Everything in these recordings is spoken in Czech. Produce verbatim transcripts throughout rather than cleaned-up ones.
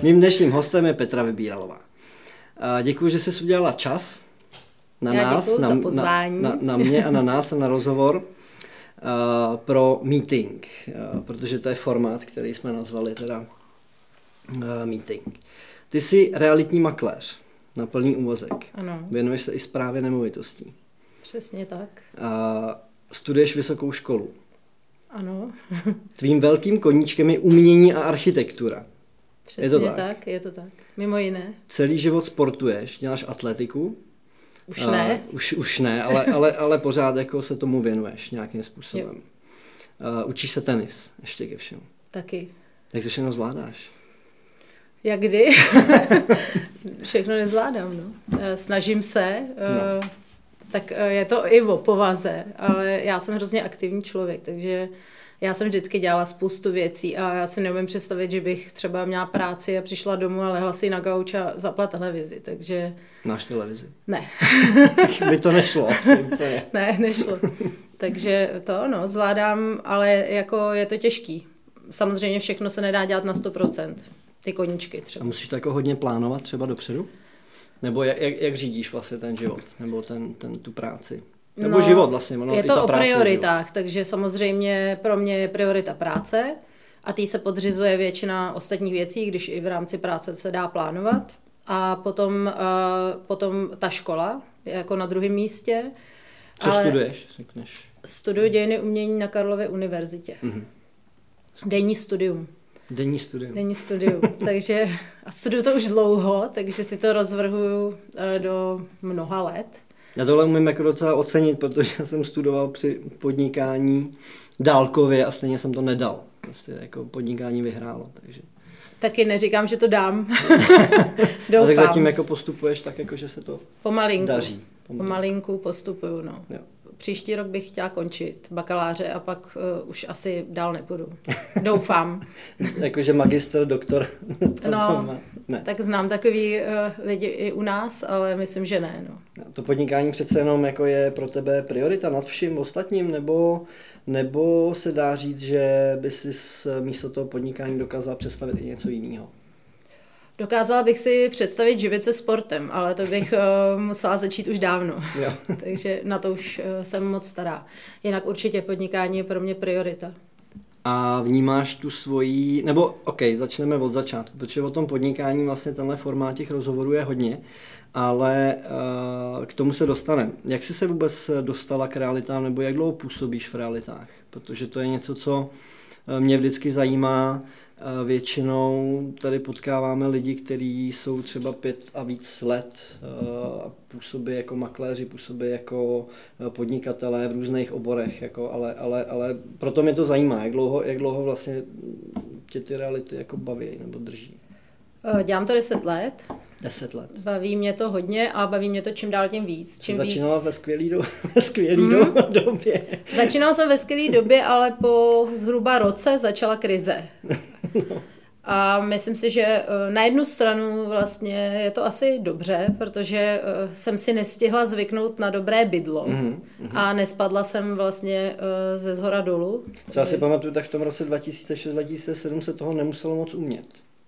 Mým dnešním hostem je Petra Vybíralová. Děkuji, že jsi udělala čas na Já nás, na, na, na, na mě a na nás a na rozhovor uh, pro meeting, uh, protože to je formát, který jsme nazvali teda uh, meeting. Ty jsi realitní makléř na plný úvazek. Ano. Věnuješ se i správě nemovitostí. Přesně tak. Uh, studuješ vysokou školu. Ano. Tvým velkým koníčkem je umění a architektura. Přesně je to tak? tak, je to tak. Mimo jiné. Celý život sportuješ, děláš atletiku. Už ne. Uh, už, už ne, ale, ale, ale pořád jako se tomu věnuješ nějakým způsobem. Uh, učíš se tenis, ještě ke všemu. Taky. Jak to všechno zvládáš? Jak kdy? Všechno nezvládám, no. Snažím se. No. Tak je to i o povaze, ale já jsem hrozně aktivní člověk, takže já jsem vždycky dělala spoustu věcí a já si neumím představit, že bych třeba měla práci a přišla domů a lehla si na gauč a zapla televizi, takže... Máš televizi? Ne. By to nešlo asi úplně. Ne, nešlo. Takže to, no, zvládám, ale jako je to těžký. Samozřejmě všechno se nedá dělat na sto procent. Ty koníčky třeba. A musíš to jako hodně plánovat třeba dopředu? Nebo jak, jak, jak řídíš vlastně ten život? Nebo ten, ten, tu práci? Nebo no, život vlastně. Ono, je to i ta o práce, prioritách, život. Takže samozřejmě pro mě je priorita práce a tý se podřizuje většina ostatních věcí, když i v rámci práce se dá plánovat. A potom, uh, potom ta škola, jako na druhém místě. Co Ale studuješ, řekneš? Studuju dějiny umění na Karlově univerzitě. Mm-hmm. Denní studium. Denní studium. Denní studium. Takže a studuju to už dlouho, takže si to rozvrhuju uh, do mnoha let. Já tohle umím jako docela ocenit, protože já jsem studoval při podnikání dálkově a stejně jsem to nedal. Prostě jako podnikání vyhrálo, takže... Taky neříkám, že to dám. A tak zatím jako postupuješ tak, jako že se to Pomalinku. daří. Pomalinku. Pomalinku postupuju, no. Jo. Příští rok bych chtěla končit bakaláře a pak uh, už asi dál nepůjdu. Doufám. Jakože magister, doktor. No, ne. Tak znám takový uh, lidi i u nás, ale myslím, že ne. No. To podnikání přece jenom jako je pro tebe priorita nad vším ostatním, nebo, nebo se dá říct, že by si místo toho podnikání dokázala představit i něco jiného? Dokázala bych si představit živit se sportem, ale to bych uh, musela začít už dávno. Takže na to už uh, jsem moc stará. Jinak určitě podnikání je pro mě priorita. A vnímáš tu svoji, nebo ok, začneme od začátku, protože o tom podnikání vlastně tenhle formát těch rozhovorů je hodně, ale uh, k tomu se dostaneme. Jak jsi se vůbec dostala k realitám, nebo jak dlouho působíš v realitách? Protože to je něco, co mě vždycky zajímá. Většinou tady potkáváme lidi, kteří jsou třeba pět a víc let a působí jako makléři, působí jako podnikatelé v různých oborech, jako, ale, ale, ale proto mě to zajímá, jak dlouho, jak dlouho vlastně tě ty reality jako baví nebo drží. Dělám to deset let. Deset let. Baví mě to hodně a baví mě to čím dál tím víc. Čím Začínala víc... ve skvělý, do... ve skvělý mm. době. Začínala jsem ve skvělé době, ale po zhruba roce začala krize. No. A myslím si, že na jednu stranu vlastně je to asi dobře, protože jsem si nestihla zvyknout na dobré bydlo mm-hmm. a nespadla jsem vlastně ze zhora dolů. Co já si pamatuju, tak v tom roce dva tisíce šest dva tisíce sedm se toho nemuselo moc umět.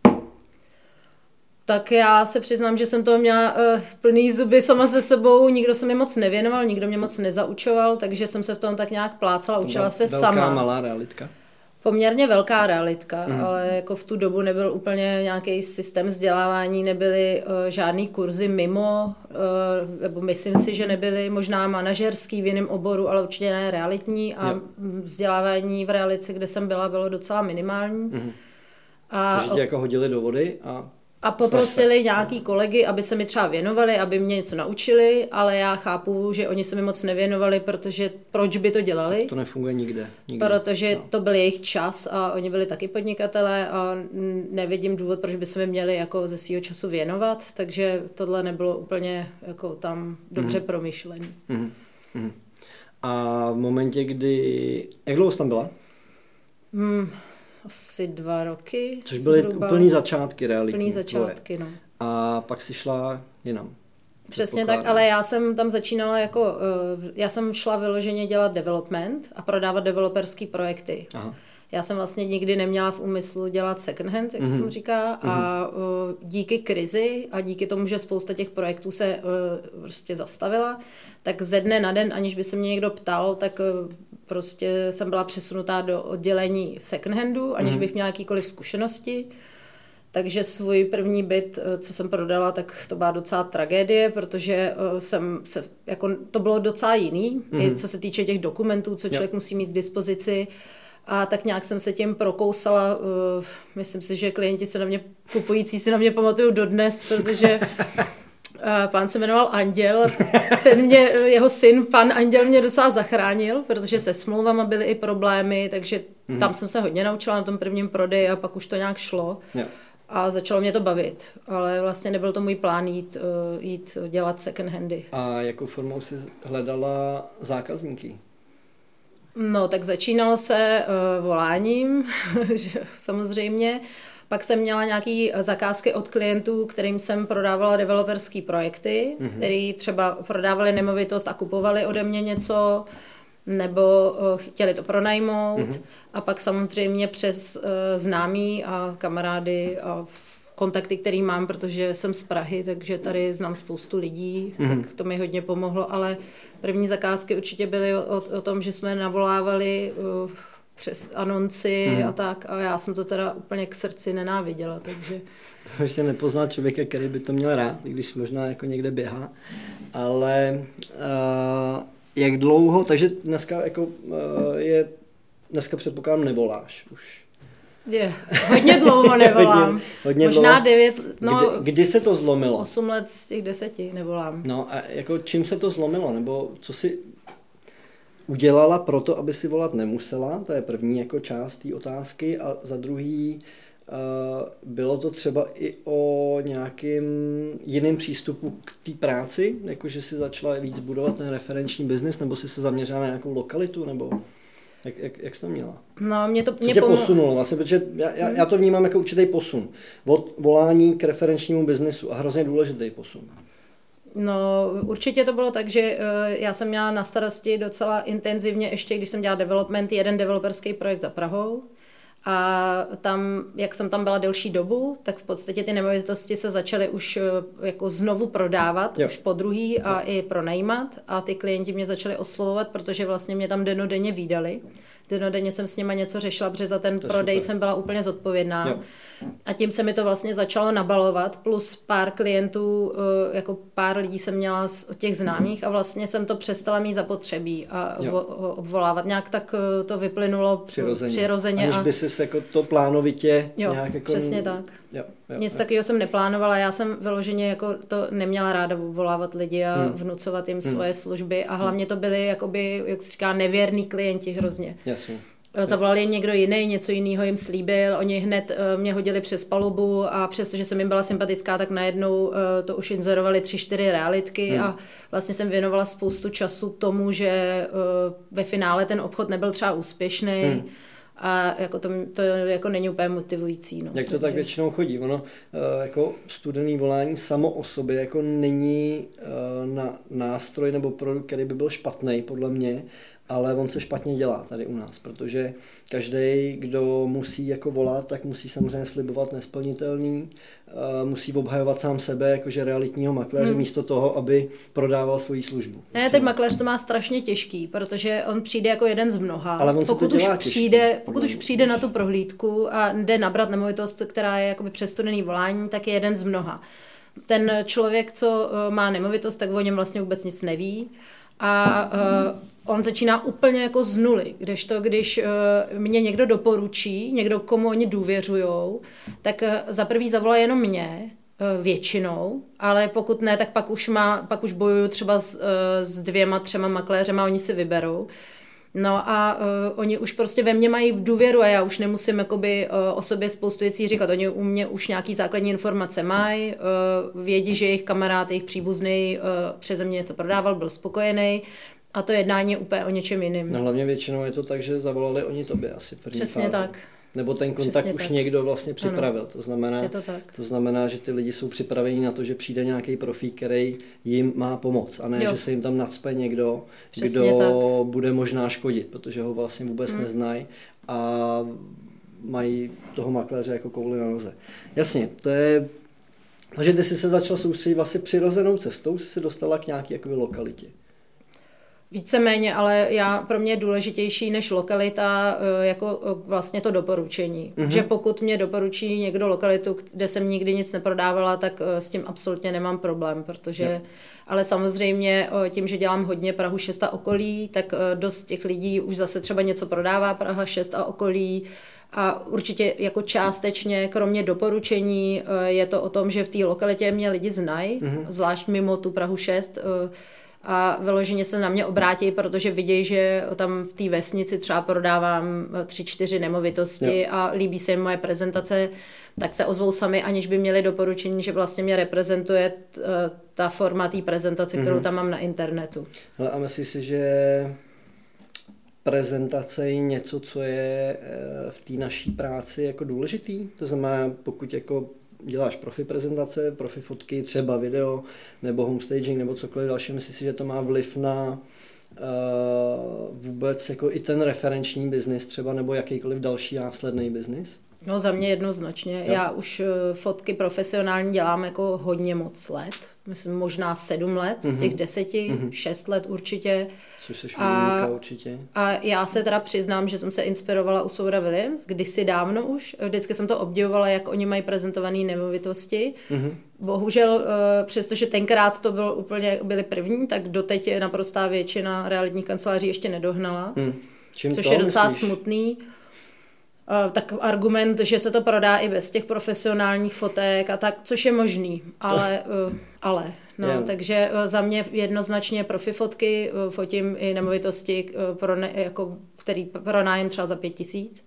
Tak já se přiznám, že jsem toho měla uh, plný zuby sama se sebou, nikdo se mi moc nevěnoval, nikdo mě moc nezaučoval, takže jsem se v tom tak nějak plácala, učila se velká, sama. Velká malá realitka? Poměrně velká realitka, mm. ale jako v tu dobu nebyl úplně nějaký systém vzdělávání, nebyly uh, žádný kurzy mimo, uh, nebo myslím si, že nebyly možná manažerský v jiném oboru, ale určitě ne realitní a jo. Vzdělávání v realice, kde jsem byla, bylo docela minimální. Mm. A takže tě jako hodili do vody a... A poprosili nějaký kolegy, aby se mi třeba věnovali, aby mě něco naučili, ale já chápu, že oni se mi moc nevěnovali, protože proč by to dělali? Tak to nefunguje nikde. nikde. Protože no. to byl jejich čas a oni byli taky podnikatelé a nevidím důvod, proč by se mi měli jako ze svého času věnovat, takže tohle nebylo úplně jako tam dobře mm. promyšlené. Mm. Mm. A v momentě, kdy... Jak dlouho jsi tam byla? Hmm. Asi dva roky. Což byly zhruba úplný začátky realitní. Úplný začátky, no. A pak si šla jinam. Přesně tak, ale já jsem tam začínala jako, já jsem šla vyloženě dělat development a prodávat developerský projekty. Aha. Já jsem vlastně nikdy neměla v úmyslu dělat second hand, jak se tomu říká, a uh, díky krizi a díky tomu, že spousta těch projektů se uh, prostě zastavila, tak ze dne na den, aniž by se mě někdo ptal, tak uh, prostě jsem byla přesunutá do oddělení second handu, aniž bych měla jakýkoliv zkušenosti. Takže svůj první byt, co jsem prodala, tak to byla docela tragédie, protože jsem se, jako, to bylo docela jiný, mm-hmm. i co se týče těch dokumentů, co člověk yep. musí mít k dispozici. A tak nějak jsem se tím prokousala. Myslím si, že klienti se na mě, kupující si na mě pamatují dodnes, protože pán se jmenoval Anděl. Ten mě, jeho syn, pan Anděl, mě docela zachránil, protože se smlouvama byly i problémy, takže mm-hmm. tam jsem se hodně naučila na tom prvním prodeji a pak už to nějak šlo. Yep. A začalo mě to bavit, ale vlastně nebyl to můj plán jít, jít dělat second handy. A jakou formou jsi hledala zákazníky? No, tak začínalo se uh, voláním, samozřejmě. Pak jsem měla nějaké zakázky od klientů, kterým jsem prodávala developerské projekty, mm-hmm. který třeba prodávali nemovitost a kupovali ode mě něco, nebo uh, chtěli to pronajmout. Mm-hmm. A pak samozřejmě přes uh, známí a kamarády a kontakty, který mám, protože jsem z Prahy, takže tady znám spoustu lidí, mm-hmm. tak to mi hodně pomohlo, ale první zakázky určitě byly o, o tom, že jsme navolávali uh, přes anonci mm-hmm. a tak, a já jsem to teda úplně k srdci nenáviděla, takže... To ještě nepoznal člověka, který by to měl rád, i když možná jako někde běhá, ale uh, jak dlouho, takže dneska jako uh, je, dneska předpokládám nevoláš už. Je, hodně dlouho nevolám. hodně, hodně Možná dlouho. devět, no... Kdy, kdy se to zlomilo? Osm let z těch deseti nevolám. No a jako čím se to zlomilo, nebo co si udělala pro to, aby si volat nemusela? To je první jako část té otázky. A za druhý, uh, bylo to třeba i o nějakým jiným přístupu k té práci? Jako že si začala víc budovat ten referenční biznis, nebo si se zaměřila na nějakou lokalitu, nebo... Jak, jak, jak jsi to měla? No, mě to Co mě tě pomo- posunulo vlastně, protože já, já, já to vnímám jako určitý posun. Od volání k referenčnímu biznesu a hrozně důležitý posun. No, určitě to bylo tak, že uh, já jsem měla na starosti docela intenzivně, ještě když jsem dělala development, jeden developerský projekt za Prahou. A tam, jak jsem tam byla delší dobu, tak v podstatě ty nemovitosti se začaly už uh, jako znovu prodávat, jo. už po druhý a jo. i pronajímat. A ty klienti mě začali oslovovat, protože vlastně mě tam denodenně vídali. Denodenně jsem s nima něco řešila, protože za ten to prodej super. Jsem byla úplně zodpovědná. Jo. A tím se mi to vlastně začalo nabalovat, plus pár klientů, jako pár lidí jsem měla od těch známých a vlastně jsem to přestala mít zapotřebí a jo. obvolávat. Nějak tak to vyplynulo přirozeně. přirozeně Aniž a... by si jako to plánovitě jo, nějak jako... přesně tak. Jo, jo, Nic jo. takového jsem neplánovala, já jsem vyloženě jako to neměla ráda obvolávat lidi a hmm. vnucovat jim svoje hmm. služby a hlavně to byly jakoby, jak se říká, nevěrní klienti hrozně. Jasně. Zavolal jim někdo jiný, něco jiného jim slíbil, oni hned uh, mě hodili přes palubu a přestože jsem jim byla sympatická, tak najednou uh, to už inzerovali tři, čtyři realitky hmm. a vlastně jsem věnovala spoustu času tomu, že uh, ve finále ten obchod nebyl třeba úspěšný. Hmm. A jako to, to jako není úplně motivující. No. Jak to tak většinou chodí? Ono jako studený volání samo o sobě jako není na nástroj nebo produkt, který by byl špatný podle mě, ale on se špatně dělá tady u nás, protože každý, kdo musí jako volat, tak musí samozřejmě slibovat nesplnitelný, musí obhajovat sám sebe jakože realitního makléře hmm. místo toho, aby prodával svoji službu. Ne, ten makléř to má strašně těžký, protože on přijde jako jeden z mnoha. Ale on pokud to už těžký, přijde, pokud už přijde na tu prohlídku a jde nabrat nemovitost, která je jakoby přes studený volání, tak je jeden z mnoha. Ten člověk, co má nemovitost, tak o něm vlastně vůbec nic neví a uh, on začíná úplně jako z nuly, kdežto když uh, mě někdo doporučí, někdo, komu oni důvěřujou, tak uh, za prvý zavolá jenom mě, uh, většinou, ale pokud ne, tak pak už, má, pak už bojuju třeba s, uh, s dvěma, třema makléřema, oni si vyberou. No a uh, oni už prostě ve mně mají důvěru a já už nemusím jakoby, uh, o sobě spoustu věcí říkat. Oni u mě už nějaký základní informace mají, uh, vědí, že jejich kamarád, jejich příbuzný uh, přeze mě něco prodával, byl spokojený. A to jednání je úplně o něčem jiným. No hlavně většinou je to tak, že zavolali oni tobě asi první Přesně fázi. tak. Nebo ten kontakt Přesně už tak. někdo vlastně připravil. Ano. To znamená, Je to tak. to znamená, že ty lidi jsou připraveni na to, že přijde nějaký profík, který jim má pomoct. A ne, Jo. že se jim tam nacpe někdo, Přesně kdo tak. bude možná škodit, protože ho vlastně vůbec hmm. neznají a mají toho makléře jako kouli na noze. Jasně, to je... Takže ty jsi se začal soustředit vlastně přirozenou cestou, jsi se dostala k nějaké jakoby lokalitě. Víceméně, ale já, pro mě je důležitější než lokalita jako vlastně to doporučení. Mm-hmm. Že pokud mě doporučí někdo lokalitu, kde jsem nikdy nic neprodávala, tak s tím absolutně nemám problém, protože... Jo. Ale samozřejmě tím, že dělám hodně Prahu šest a okolí, tak dost těch lidí už zase třeba něco prodává Praha šest a okolí. A určitě jako částečně, kromě doporučení, je to o tom, že v té lokalitě mě lidi znají, mm-hmm. zvlášť mimo tu Prahu šest, a vyloženě se na mě obrátí, protože vidějí, že tam v té vesnici třeba prodávám tři, čtyři nemovitosti jo. a líbí se jim moje prezentace, tak se ozvou sami, aniž by měli doporučení, že vlastně mě reprezentuje ta forma té prezentace, kterou mm-hmm. tam mám na internetu. Ale a myslíš si, že prezentace je něco, co je v té naší práci jako důležitý? To znamená, pokud jako děláš profi prezentace, profi fotky, třeba video, nebo homestaging, nebo cokoliv další, myslíš si, že to má vliv na uh, vůbec jako i ten referenční biznis třeba, nebo jakýkoliv další následný biznis? No za mě jednoznačně. Jo. Já už fotky profesionální dělám jako hodně moc let. Myslím možná sedm let mm-hmm. z těch deseti, mm-hmm. šest let určitě. Což seš výjimka určitě. A já se teda přiznám, že jsem se inspirovala u Souda Williams, kdysi dávno už. Vždycky jsem to obdivovala, jak oni mají prezentované nemovitosti. Mm-hmm. Bohužel, přestože tenkrát to bylo úplně, byli první, tak doteď je naprostá většina realitních kanceláří ještě nedohnala. Mm. Čím což to, je docela myslíš? Smutný. Uh, tak argument, že se to prodá i bez těch profesionálních fotek a tak, což je možný, ale, uh, ale no, yeah. takže uh, za mě jednoznačně profi fotky, uh, fotím i nemovitosti, uh, pro ne, jako, který pronájem třeba za pět tisíc.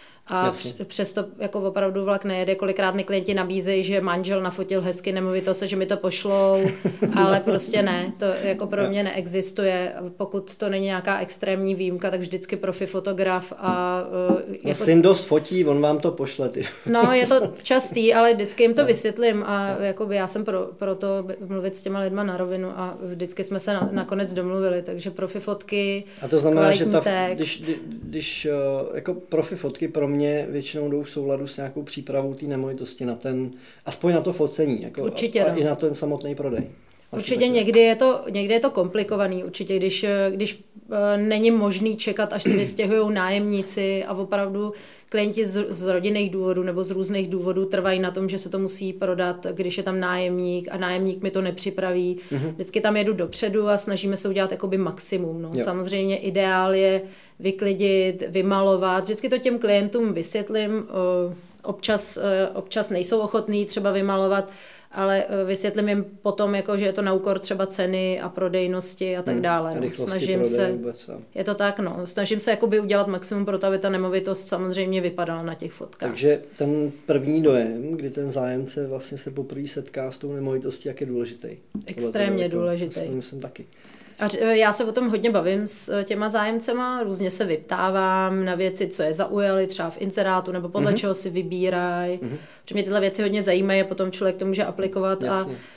A přesto jako opravdu vlak nejede. Kolikrát mi klienti nabízejí, že manžel nafotil hezky nemovitost, že mi to pošlou, ale prostě ne, to jako pro mě neexistuje. Pokud to není nějaká extrémní výjimka, tak vždycky profi fotograf a... Jako... No, syn dost fotí, on vám to pošle. Ty. No, je to častý, ale vždycky jim to vysvětlím a jakoby já jsem pro, pro to mluvit s těma lidma na rovinu a vždycky jsme se na, nakonec domluvili, takže profi fotky, a to znamená, že ta, když, když jako profi fotky pro mě většinou jdou v souladu s nějakou přípravou té nemovitosti na ten, aspoň na to focení, jako určitě, a, a no. i na ten samotný prodej. Určitě někdy je to, někdy je to komplikovaný, určitě, když, když uh, není možný čekat, až se vystěhují nájemníci a opravdu klienti z, z rodinných důvodů nebo z různých důvodů trvají na tom, že se to musí prodat, když je tam nájemník a nájemník mi to nepřipraví. Mm-hmm. Vždycky tam jedu dopředu a snažíme se udělat jakoby maximum. No. Samozřejmě ideál je vyklidit, vymalovat. Vždycky to těm klientům vysvětlím. Občas, občas nejsou ochotní třeba vymalovat, ale vysvětlím jim potom, jako, že je to na úkor třeba ceny a prodejnosti a tak dále. Hmm, snažím se, vůbec, je to tak, no. Snažím se jakoby udělat maximum pro to, aby ta nemovitost samozřejmě vypadala na těch fotkách. Takže ten první dojem, kdy ten zájemce vlastně se poprvé setká s tou nemovitostí, jak je důležitý? Extrémně jako, důležitý. Myslím, myslím taky. A já se o tom hodně bavím s těma zájemcema, různě se vyptávám na věci, co je zaujaly třeba v inzerátu, nebo podle mm-hmm. čeho si vybírají. Mm-hmm. Protože mě tyhle věci hodně zajímají a potom člověk to může aplikovat. Jasně. A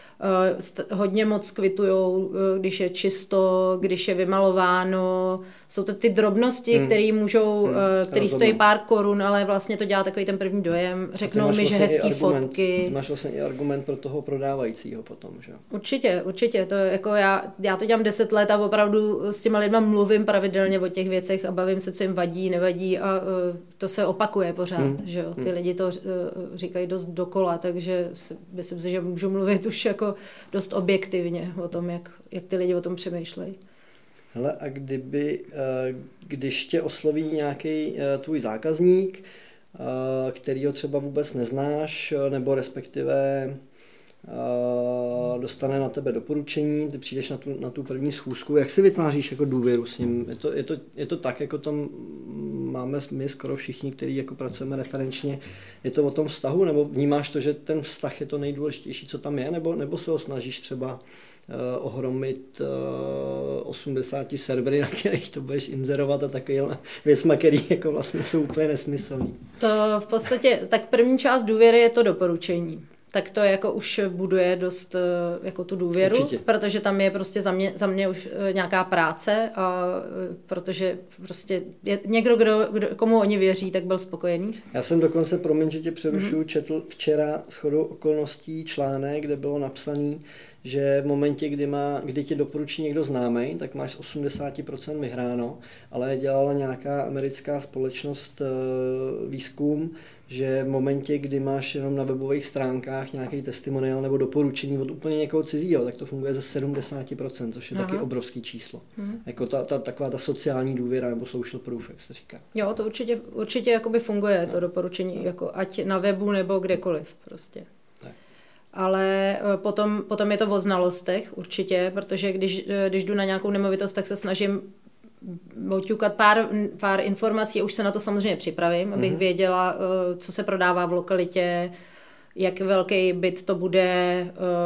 uh, hodně moc kvitujou, uh, když je čisto, když je vymalováno. Jsou to ty drobnosti, hmm. které můžou, hmm. uh, které stojí pár korun, ale vlastně to dělá takový ten první dojem. Řeknou mi, vlastně že hezký fotky. Ty máš vlastně i argument pro toho prodávajícího potom, že? Určitě, určitě. To jako já, já to dělám deset let a opravdu s těma lidma mluvím pravidelně o těch věcech a bavím se, co jim vadí, nevadí a uh, to se opakuje pořád, hmm. že jo. Ty hmm. lidi to uh, říkají dost dokola, takže myslím si, že můžu mluvit už jako dost objektivně o tom, jak, jak ty lidi o tom přemýšlejí. Hele, a kdyby, když tě osloví nějaký tvůj zákazník, kterýho třeba vůbec neznáš, nebo respektive dostane na tebe doporučení, ty přijdeš na tu, na tu první schůzku, jak si vytváříš jako důvěru s ním? Je to, je to, je to tak, jako to máme my skoro všichni, kteří jako pracujeme referenčně. Je to o tom vztahu, nebo vnímáš to, že ten vztah je to nejdůležitější, co tam je, nebo, nebo se ho snažíš třeba uh, ohromit uh, osmdesáti servery, na kterých to budeš inzerovat a takovýhle věcma, který jako vlastně jsou úplně nesmyslný. To v podstatě, tak první část důvěry je to doporučení. Tak to jako už buduje dost jako tu důvěru, určitě. Protože tam je prostě za mě, za mě už nějaká práce a protože prostě je někdo, kdo, kdo, komu oni věří, tak byl spokojený. Já jsem dokonce, promiň, že tě přerušuju, mm-hmm. četl včera shodou okolností článek, kde bylo napsaný, že v momentě, kdy, má, kdy tě doporučí někdo známý, tak máš z osmdesát procent vyhráno, ale dělala nějaká americká společnost výzkum, že v momentě, kdy máš jenom na webových stránkách nějaký testimoniál nebo doporučení od úplně někoho cizího, tak to funguje ze sedmdesát procent, což je Aha. taky obrovský číslo. Hmm. Jako ta, ta, taková ta sociální důvěra nebo social proof, jak se říká. Jo, to určitě, určitě jakoby funguje, no. To doporučení, jako ať na webu nebo kdekoliv prostě. Tak. Ale potom, potom je to o znalostech určitě, protože když, když jdu na nějakou nemovitost, tak se snažím oťukat pár, pár informací a už se na to samozřejmě připravím, abych mm-hmm. věděla, co se prodává v lokalitě, jak velký byt to bude,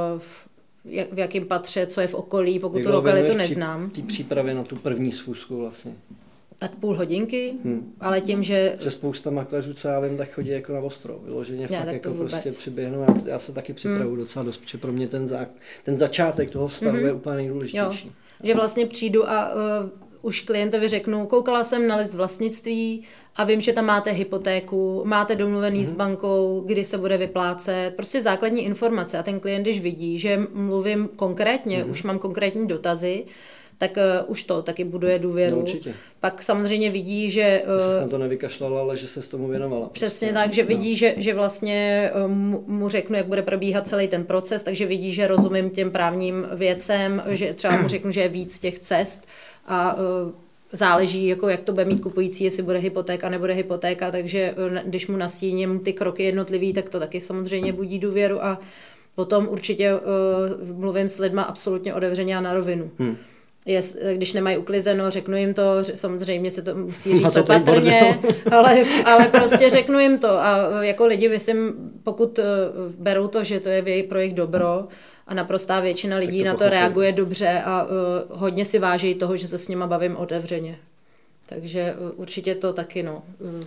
v jakém patře, co je v okolí, pokud jak tu lokalitu neznám. Ty přípravy na tu první schůzku vlastně. Tak půl hodinky, hmm. ale tím, že... Že spousta makléřů, co já vím, tak chodí jako na ostro. Vyloženě já, fakt jako prostě přiběhnu. Já, já se taky připravuju hmm. docela dost, protože pro mě ten, zá, ten začátek toho vztahu hmm. je úplně nejdůležitější. Jo. Že vlastně přijdu a uh, už klientovi řeknu, koukala jsem na list vlastnictví a vím, že tam máte hypotéku, máte domluvený hmm. s bankou, kdy se bude vyplácet. Prostě základní informace. A ten klient, když vidí, že mluvím konkrétně, hmm. už mám konkrétní dotazy, tak uh, už to taky buduje důvěru. No, určitě. Pak samozřejmě vidí, že... Uh, že jsi na to nevykašlala, ale že se s tomu věnovala. Přesně prostě. Tak, že vidí, no. že, že vlastně uh, mu řeknu, jak bude probíhat celý ten proces, takže vidí, že rozumím těm právním věcem, že třeba mu řeknu, že je víc těch cest a uh, záleží, jako jak to bude mít kupující, jestli bude hypotéka, nebude hypotéka, takže uh, když mu nastíním ty kroky jednotlivý, tak to taky samozřejmě budí důvěru a potom určitě uh, mluvím s lidma absolutně otevřeně a na rovinu. Hmm. Je, když nemají uklizeno, řeknu jim to, samozřejmě se to musí říct opatrně, ale, ale prostě řeknu jim to a jako lidi, myslím, pokud berou to, že to je pro jejich dobro a naprostá většina lidí to na to pochopil. Reaguje dobře a uh, hodně si váží toho, že se s nima bavím otevřeně. Takže uh, určitě to taky, no.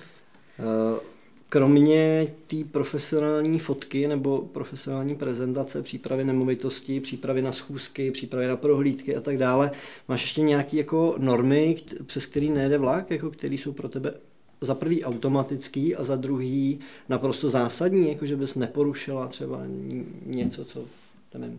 Uh. Kromě té profesionální fotky nebo profesionální prezentace, přípravy nemovitosti, přípravy na schůzky, přípravy na prohlídky a tak dále, máš ještě nějaké jako normy, přes který nejde vlak, jako které jsou pro tebe za prvý automatický a za druhý naprosto zásadní, jako že bys neporušila třeba něco, co nevím.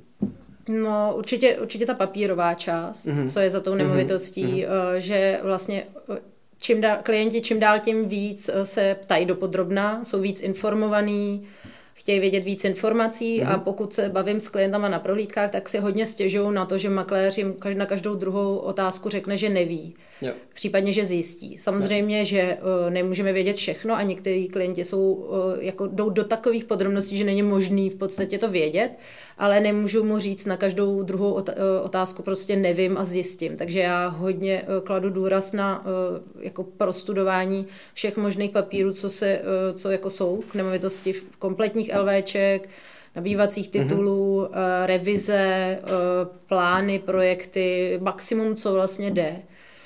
No určitě, určitě ta papírová část, mm-hmm. co je za tou nemovitostí, mm-hmm. že vlastně... Čím dál, klienti čím dál tím víc se ptají dopodrobna, jsou víc informovaní, chtějí vědět víc informací mm. a pokud se bavím s klientama na prohlídkách, tak si hodně stěžují na to, že makléř jim na každou druhou otázku řekne, že neví. Jo. Případně, že zjistí. Samozřejmě, jo. že uh, nemůžeme vědět všechno a někteří klienti jsou, uh, jako jdou do takových podrobností, že není možný v podstatě to vědět, ale nemůžu mu říct na každou druhou otázku prostě nevím a zjistím. Takže já hodně uh, kladu důraz na uh, jako prostudování všech možných papírů, co, se, uh, co jako jsou k nemovitosti, kompletních LVček, nabývacích titulů, uh-huh. uh, revize, uh, plány, projekty, maximum, co vlastně jde.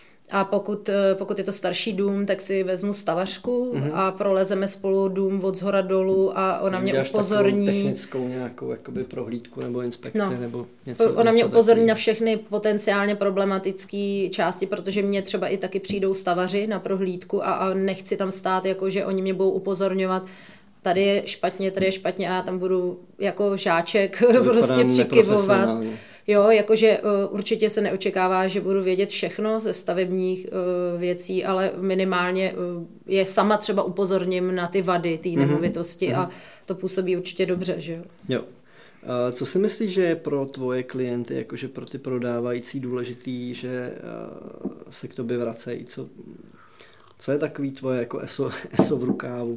A pokud, pokud je to starší dům, tak si vezmu stavařku mm-hmm. a prolezeme spolu dům od zhora dolů a ona mě Děláš upozorní. Technickou nějakou jakoby prohlídku nebo inspekci no. nebo něco. Ona něco mě upozorní takový. Na všechny potenciálně problematické části, protože mě třeba i taky přijdou stavaři na prohlídku a, a nechci tam stát, jako že oni mě budou upozorňovat. Tady je špatně, tady je špatně a já tam budu jako žáček prostě přikyvovat. Jo, jakože uh, určitě se neočekává, že budu vědět všechno ze stavebních uh, věcí, ale minimálně uh, je sama třeba upozorním na ty vady té nemovitosti mm-hmm. a to působí určitě dobře, že jo. Jo. Uh, co si myslíš, že je pro tvoje klienty, jakože pro ty prodávající důležitý, že uh, se k tobě vracejí? Co, co je takový tvoje jako eso, eso v rukávu?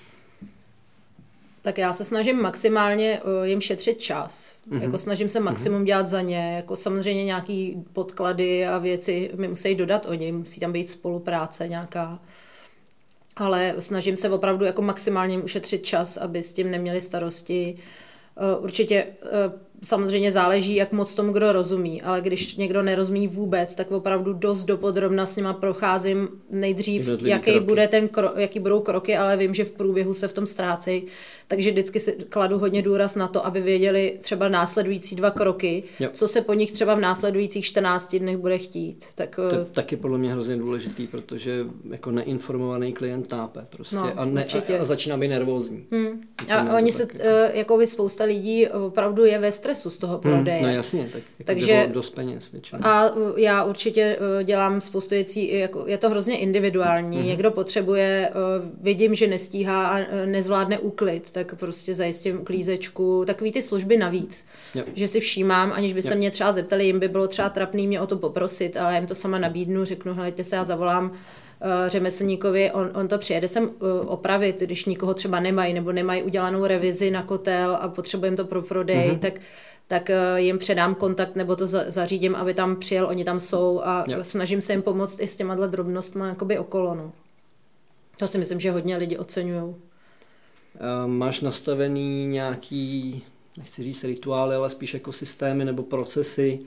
Tak já se snažím maximálně uh, jim šetřit čas. Mm-hmm. Jako snažím se maximum mm-hmm. dělat za ně. Jako samozřejmě nějaký podklady a věci mi musí dodat oni. Musí tam být spolupráce nějaká. ale snažím se opravdu jako maximálně ušetřit čas, aby s tím neměli starosti. Určitě samozřejmě záleží, jak moc tomu kdo rozumí, ale když někdo nerozumí vůbec, tak opravdu dost dopodrobna s nima procházím nejdřív, jaký, bude ten kro, jaký budou kroky, ale vím, že v průběhu se v tom ztrácejí, takže vždycky si kladu hodně důraz na to, aby věděli třeba následující dva kroky, jo. co se po nich třeba v následujících čtrnácti dnech bude chtít. Tak, to je taky podle mě hrozně důležitý, protože jako neinformovaný klient tápe prostě no, a, ne, a, a začíná být nervózní. Hmm. A oni se, jako... jako by spousta lidí opravdu je ve stresu z toho prodeje. Hmm, no jasně, tak jako takže dost peněz většinou. A já určitě dělám spoustu věcí, jako, je to hrozně individuální. Hmm. Někdo potřebuje, vidím, že nestíhá a nezvládne úklid, tak prostě zajistím uklízečku, takový ty služby navíc. Jo. Že si všímám, aniž by se jo. mě třeba zeptali, jim by bylo třeba trapný mě o to poprosit, ale já jim to sama nabídnu, řeknu, helejte se, já zavolám uh, řemeslníkovi, on, on to přijede sem uh, opravit, když nikoho třeba nemají, nebo nemají udělanou revizi na kotel a potřebujeme to pro prodej, mm-hmm. tak tak jim předám kontakt nebo to zařídím, aby tam přijel, oni tam jsou a jo. snažím se jim pomoct i s těma drobnostma jakoby okolo. No. To si myslím, že hodně lidi oceňujou. Máš nastavený nějaký, nechci říct rituály, ale spíš jako systémy nebo procesy,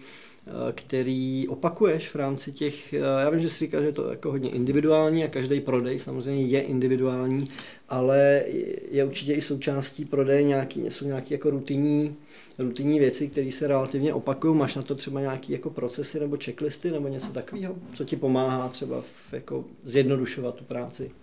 který opakuješ v rámci těch, já vím, že jsi říkal, že je to jako hodně individuální a každý prodej samozřejmě je individuální, ale je určitě i součástí prodeje nějaký, jsou nějaké jako rutinní, rutinní věci, které se relativně opakují. Máš na to třeba nějaké jako procesy nebo checklisty nebo něco takového, co ti pomáhá třeba v, jako zjednodušovat tu práci?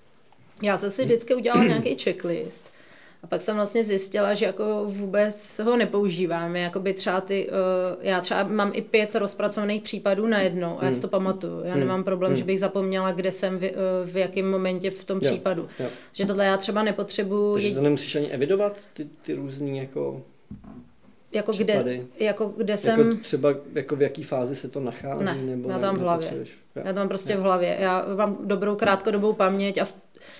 Já jsem si vždycky udělala nějaký checklist a pak jsem vlastně zjistila, že jako vůbec ho nepoužívám. Jakoby třeba ty, já třeba mám i pět rozpracovaných případů najednou a já si to pamatuju. Já nemám problém, že bych zapomněla, kde jsem v, v jakém momentě v tom jo, případu. Jo. Že tohle já třeba nepotřebuji. Takže to nemusíš ani evidovat, ty, ty různý jako... Jako kde, jako kde jsem... Jako třeba jako v jaký fázi se to nachází? Ne, nebo já tam v hlavě. Já to mám prostě jo. v hlavě. Já mám dobrou krátkodobou paměť a v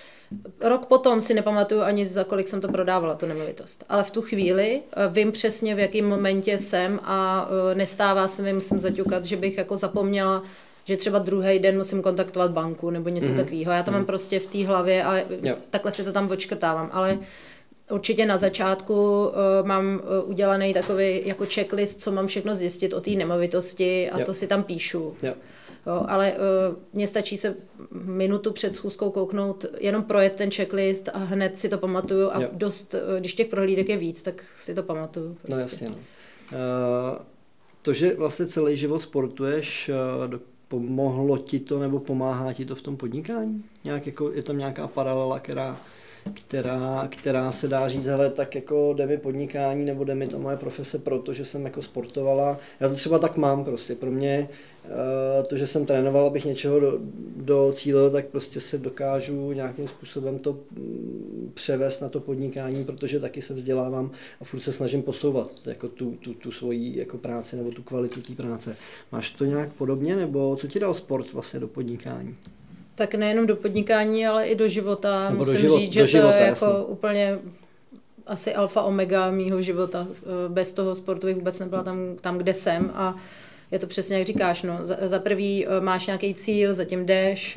rok potom si nepamatuju ani za kolik jsem to prodávala, tu nemovitost. Ale v tu chvíli vím přesně, v jakém momentě jsem a nestává se mi, musím zaťukat, že bych jako zapomněla, že třeba druhý den musím kontaktovat banku nebo něco mm-hmm. takového. Já to mm-hmm. mám prostě v té hlavě a jo. takhle si to tam odškrtávám. Ale určitě na začátku uh, mám uh, udělaný takový jako checklist, co mám všechno zjistit o té nemovitosti a jo. to si tam píšu. Jo. Jo, ale uh, mně stačí se minutu před schůzkou kouknout, jenom projet ten checklist a hned si to pamatuju a jo. dost, uh, když těch prohlídek je víc, tak si to pamatuju. Prostě. No jasně. No. Uh, to, že vlastně celý život sportuješ, uh, pomohlo ti to nebo pomáhá ti to v tom podnikání? Nějak jako, je tam nějaká paralela, která... Která, která se dá říct, hele, tak jako jde mi podnikání nebo jde mi to moje profese, protože jsem jako sportovala. Já to třeba tak mám prostě. Pro mě to, že jsem trénoval, abych něčeho do, docílil, tak prostě se dokážu nějakým způsobem to převést na to podnikání, protože taky se vzdělávám a furt se snažím posouvat jako tu, tu, tu svoji jako práci nebo tu kvalitu té práce. Máš to nějak podobně, nebo co ti dal sport vlastně do podnikání? Tak nejenom do podnikání, ale i do života. Nebo Musím do život, říct, že do života, to je jako jasný. úplně asi alfa omega mýho života. Bez toho sportu bych vůbec nebyla tam, tam kde jsem a je to přesně jak říkáš. No. Za, za prvý máš nějaký cíl, zatím jdeš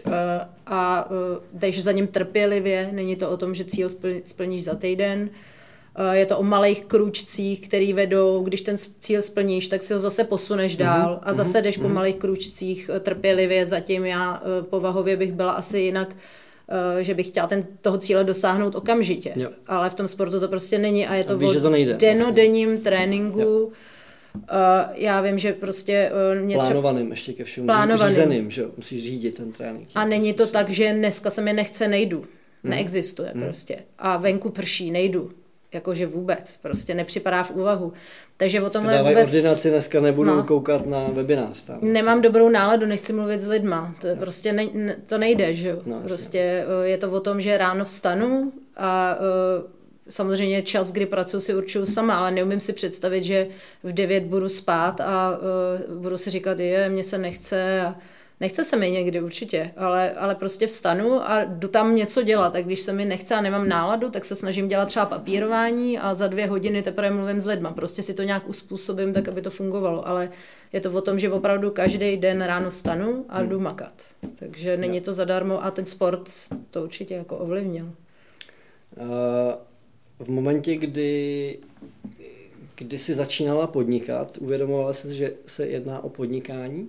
a jdeš za ním trpělivě. Není to o tom, že cíl splníš za týden. Je to o malých krůčcích, který vedou, když ten cíl splníš, tak si ho zase posuneš dál a zase jdeš po malých krůčcích trpělivě. Zatím já povahově bych byla asi jinak, že bych chtěla ten, toho cíle dosáhnout okamžitě. Jo. Ale v tom sportu to prostě není a je to a víš, o to denodenním vlastně. tréninku. Jo. Já vím, že prostě... Mě plánovaným ještě ke všemu, řízeným, že jo? Musíš řídit ten trénink. A není to tak, že dneska se mi nechce, nejdu. Hmm. Neexistuje hmm. prostě. A venku prší, nejdu. Jakože vůbec, prostě nepřipadá v úvahu. Takže o tomhle dávaj vůbec... ordinaci, dneska nebudu no. koukat na webinář. Tam. Nemám dobrou náladu, nechci mluvit s lidma. To, prostě ne, ne, to nejde, že jo. No, prostě je to o tom, že ráno vstanu a uh, samozřejmě čas, kdy pracuji, si určuju sama, ale neumím si představit, že v devět budu spát a uh, budu si říkat, je, mně se nechce a nechce se mi někdy určitě, ale, ale prostě vstanu a jdu tam něco dělat. A když se mi nechce a nemám náladu, tak se snažím dělat třeba papírování a za dvě hodiny teprve mluvím s lidma. Prostě si to nějak uspůsobím tak, aby to fungovalo. Ale je to o tom, že opravdu každý den ráno vstanu a jdu makat. Takže není to zadarmo a ten sport to určitě jako ovlivnil. V momentě, kdy, kdy jsi začínala podnikat, uvědomovala jsi, že se jedná o podnikání?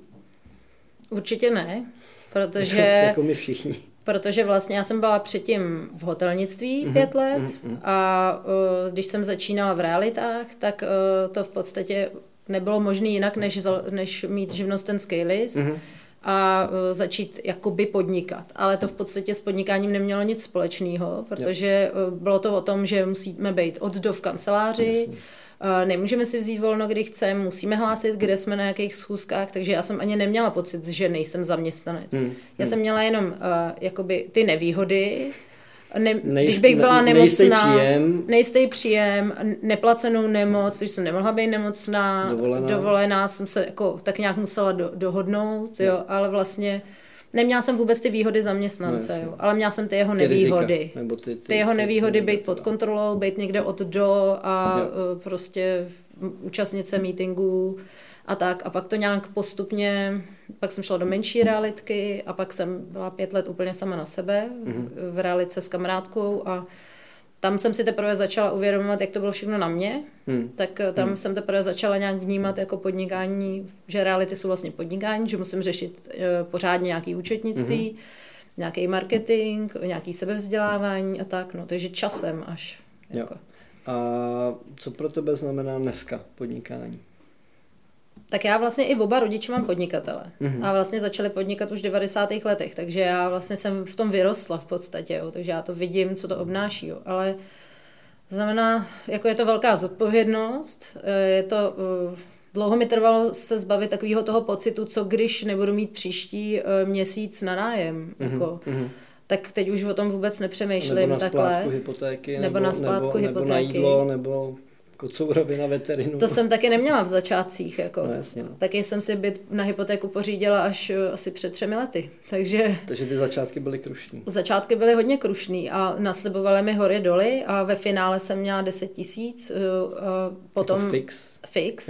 Určitě ne, protože... jako my všichni. Protože vlastně já jsem byla předtím v hotelnictví pět let mm-hmm. a uh, když jsem začínala v realitách, tak uh, to v podstatě nebylo možné jinak, než, než mít živnostenský list mm-hmm. a uh, začít jakoby podnikat. Ale to v podstatě s podnikáním nemělo nic společného, protože uh, bylo to o tom, že musíme být od do v kanceláři, Jasně. Nemůžeme si vzít volno, kdy chceme, musíme hlásit, kde jsme na jakých schůzkách, takže já jsem ani neměla pocit, že nejsem zaměstnanec. Hmm. Já hmm. jsem měla jenom uh, jakoby ty nevýhody. Ne, Nejst, když bych byla nemocná, příjem. nejistý příjem, neplacenou nemoc, když jsem nemohla být nemocná, dovolená, dovolená jsem se jako tak nějak musela do, dohodnout, jo, ale vlastně neměla jsem vůbec ty výhody zaměstnance, no, jo, ale měla jsem ty jeho ty nevýhody. Rizika, nebo ty, ty, ty jeho ty, nevýhody ty, být pod kontrolou, být někde od do a jo. prostě účastnit se meetingů a tak. A pak to nějak postupně, pak jsem šla do menší realitky a pak jsem byla pět let úplně sama na sebe mm-hmm. v realitce s kamarádkou a tam jsem si teprve začala uvědomovat, jak to bylo všechno na mě, hmm. tak tam hmm. jsem teprve začala nějak vnímat jako podnikání, že reality jsou vlastně podnikání, že musím řešit uh, pořádně nějaký účetnictví, hmm. nějaký marketing, nějaký sebevzdělávání a tak, no, takže časem až. Jako. A co pro tebe znamená dneska podnikání? Tak já vlastně i oba rodiče mám podnikatele mm-hmm. a vlastně začali podnikat už v devadesátých letech, takže já vlastně jsem v tom vyrostla v podstatě, jo, takže já to vidím, co to obnáší, jo, ale znamená, jako je to velká zodpovědnost, je to, dlouho mi trvalo se zbavit takového toho pocitu, co když nebudu mít příští měsíc na nájem, mm-hmm. jako, mm-hmm. tak teď už o tom vůbec nepřemýšlím nebo na takhle. Splátku hypotéky, nebo, nebo na splátku nebo, hypotéky. Nebo na jídlo, nebo kocourovi na veterinu. To jsem taky neměla v začátcích. Jako. No, jasně, no. Taky jsem si byt na hypotéku pořídila až asi před třemi lety. Takže, Takže ty začátky byly krušný. Začátky byly hodně krušný a naslibovaly mi hory doly a ve finále jsem měla deset tisíc. Potom jako fix. fix.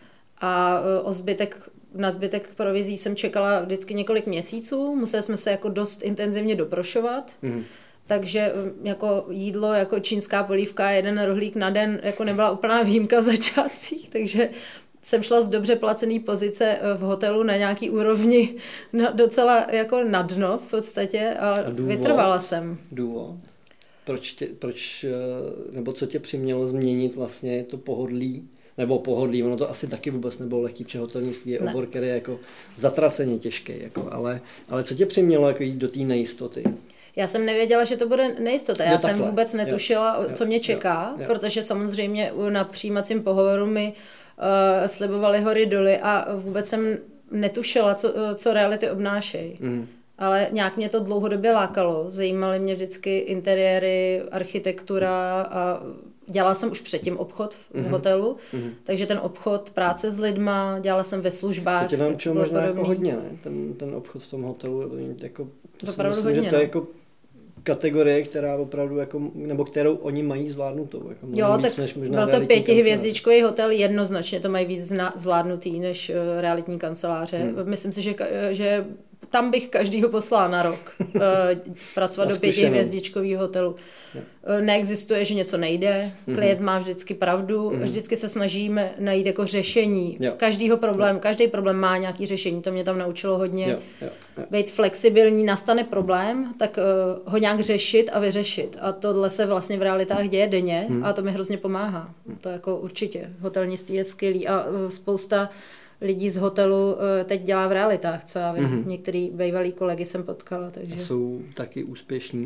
A o zbytek, na zbytek provizí jsem čekala vždycky několik měsíců. Museli jsme se jako dost intenzivně doprošovat. Mm. Takže jako jídlo, jako čínská polívka, jeden rohlík na den, jako nebyla úplná výjimka v začátcích, takže jsem šla z dobře placené pozice v hotelu na nějaký úrovni na, docela jako na dno v podstatě a, a důvod, vytrvala jsem. Důvod? Proč, tě, proč, nebo co tě přimělo změnit vlastně to pohodlí? Nebo pohodlí, ono to asi taky vůbec nebylo lehký, protože hotelnictví je ne. obor, který je jako zatraceně těžký, jako, ale, ale co tě přimělo jako jít do té nejistoty? Já jsem nevěděla, že to bude nejistota. Já jo, jsem vůbec netušila, jo, co mě čeká, jo, jo. protože samozřejmě na přijímacím pohovoru mi uh, slibovali hory doly a vůbec jsem netušila, co, co reality obnášejí. Mm. Ale nějak mě to dlouhodobě lákalo. Zajímaly mě vždycky interiéry, architektura a dělala jsem už předtím obchod v mm-hmm. hotelu, mm-hmm. takže ten obchod, práce s lidma, dělala jsem ve službách. To tě naučilo možná jako hodně, ne? Ten, ten obchod v tom hotelu, jako, to opravdu myslím, hodně, že to je jako kategorie, která opravdu jako, nebo kterou oni mají zvládnutou. Jako jo, víc, tak než možná byl to pětihvězdičkový hotel, jednoznačně to mají víc zvládnutý než uh, realitní kanceláře. Hmm. Myslím si, že, že tam bych každýho poslala na rok uh, pracovat do pětihvězdičkového hotelu. Jo. Neexistuje, že něco nejde, klient mm-hmm. má vždycky pravdu, mm-hmm. vždycky se snažíme najít jako řešení jo. každýho problém, jo. každý problém má nějaký řešení, to mě tam naučilo hodně. Jo. Jo. Jo. Být flexibilní, nastane problém, tak uh, ho nějak řešit a vyřešit. A tohle se vlastně v realitách děje denně mm. a to mi hrozně pomáhá. Mm. To jako určitě. Hotelnictví je skvělý a uh, spousta lidí z hotelu uh, teď dělá v realitách, co já vím. Mm-hmm. Některý bývalý kolegy jsem potkala. Takže... Jsou taky úspěšní?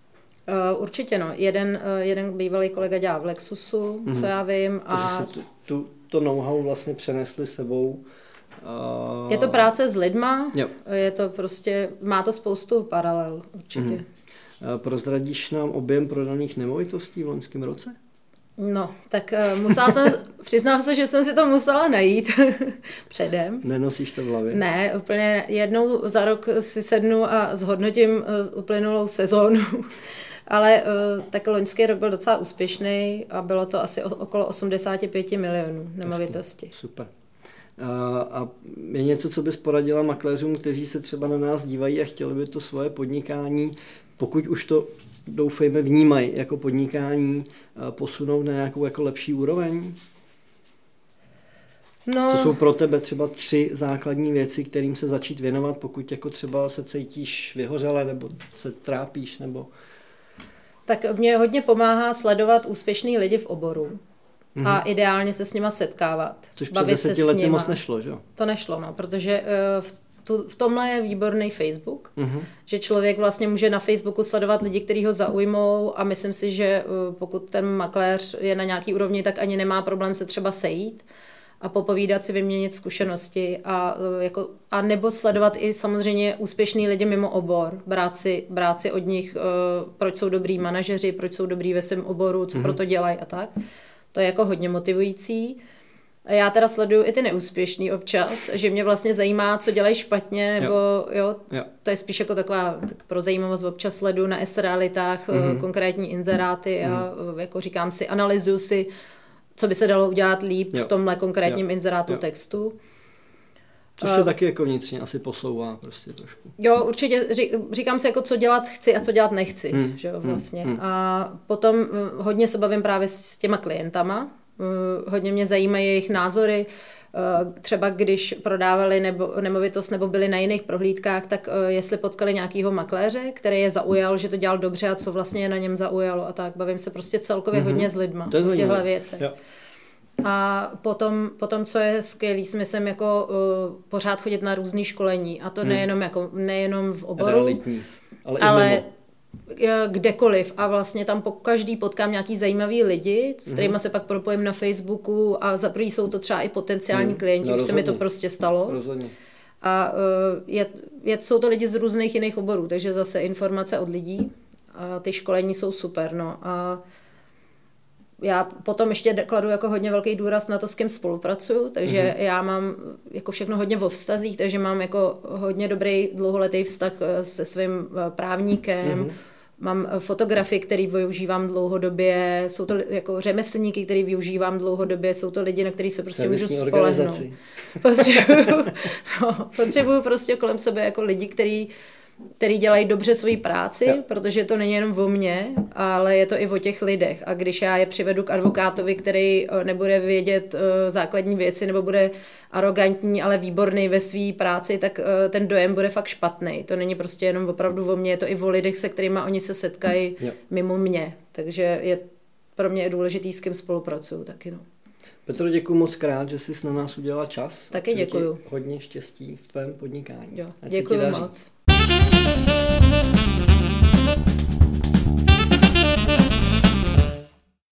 Uh, určitě no. Jeden, uh, jeden bývalý kolega dělá v Lexusu, mm-hmm. co já vím. Takže a... si tu, tu, to know-how vlastně přenesli sebou. Uh... Je to práce s lidma, jo. je to prostě, má to spoustu paralel určitě. Mm-hmm. Uh, prozradíš nám objem prodaných nemovitostí v loňském roce? No, tak uh, musela jsem, přiznám se, že jsem si to musela najít předem. Nenosíš to v hlavě? Ne, úplně jednou za rok si sednu a zhodnotím uh, uplynulou sezónu. Ale uh, tak loňský rok byl docela úspěšný a bylo to asi o, okolo osmdesát pět milionů nemovitostí. Super. A je něco, co bys poradila makléřům, kteří se třeba na nás dívají a chtěli by to svoje podnikání, pokud už to doufejme vnímají jako podnikání, posunout na nějakou jako lepší úroveň? No. Co jsou pro tebe třeba tři základní věci, kterým se začít věnovat, pokud jako třeba se cítíš vyhořele nebo se trápíš? Nebo... Tak mě hodně pomáhá sledovat úspěšný lidi v oboru. Mm-hmm. A ideálně se s nima setkávat. Což před deseti lety moc nešlo, že jo? To nešlo, no, protože uh, v, tu, v tomhle je výborný Facebook, mm-hmm. že člověk vlastně může na Facebooku sledovat lidi, kteří ho zaujmou a myslím si, že uh, pokud ten makléř je na nějaký úrovni, tak ani nemá problém se třeba sejít a popovídat si, vyměnit zkušenosti a, uh, jako, a nebo sledovat i samozřejmě úspěšný lidi mimo obor, brát si, brát si od nich, uh, proč jsou dobrý manažeři, proč jsou dobrý ve svém oboru, co mm-hmm. pro to dělají a tak. To je jako hodně motivující. A já teda sleduju i ty neúspěšný občas, že mě vlastně zajímá, co dělají špatně, nebo jo, jo, jo. To je spíš jako taková tak pro zajímavost, občas sleduju na S-realitách mm-hmm. konkrétní inzeráty mm-hmm. a jako říkám si, analyzuju si, co by se dalo udělat líp jo. v tomhle konkrétním jo. inzerátu jo. textu. Což to taky jako vnitřně asi posouvá prostě trošku. Jo, určitě ří, říkám si, jako co dělat chci a co dělat nechci, hmm. že jo, vlastně. Hmm. A potom hodně se bavím právě s těma klientama, hodně mě zajímají jejich názory, třeba když prodávali nebo, nemovitost nebo byli na jiných prohlídkách, tak jestli potkali nějakýho makléře, který je zaujal, že to dělal dobře a co vlastně je na něm zaujalo a tak. Bavím se prostě celkově hmm. hodně s lidma o těchto věcech. Jo. A potom, potom, co je skvělý, si myslím, jako uh, pořád chodit na různý školení. A to hmm. nejenom, jako, nejenom v oboru, realitní, ale, ale kdekoliv. A vlastně tam po každý potkám nějaký zajímavý lidi, s kterými hmm. se pak propojím na Facebooku a za první jsou to třeba i potenciální hmm. klienti, no, už se mi to prostě stalo. Rozhodně. A uh, je, je, jsou to lidi z různých jiných oborů, takže zase informace od lidí. A ty školení jsou super, no. A já potom ještě kladu jako hodně velký důraz na to, s kým spolupracuju, takže mm-hmm. já mám jako všechno hodně vo vztazích, takže mám jako hodně dobrý dlouholetý vztah se svým právníkem, mm-hmm. mám fotografy, který využívám dlouhodobě, jsou to jako řemeslníky, který využívám dlouhodobě, jsou to lidi, na který se prostě můžu spolehnout. Potřebuju, no, potřebuju prostě kolem sebe jako lidi, který který dělají dobře svoji práci, ja. protože to není jenom o mně, ale je to i o těch lidech. A když já je přivedu k advokátovi, který nebude vědět základní věci, nebo bude arrogantní, ale výborný ve své práci, tak ten dojem bude fakt špatný. To není prostě jenom opravdu o mně, je to i o lidech, se kterými oni se setkají ja. mimo mě. Takže je pro mě je důležitý, s kým spolupracuju taky. No. Petro, děkuji moc krát, že jsi na nás udělala čas. Taky děkuju. Hodně štěstí v tvém podnikání. Jo, děkuji moc.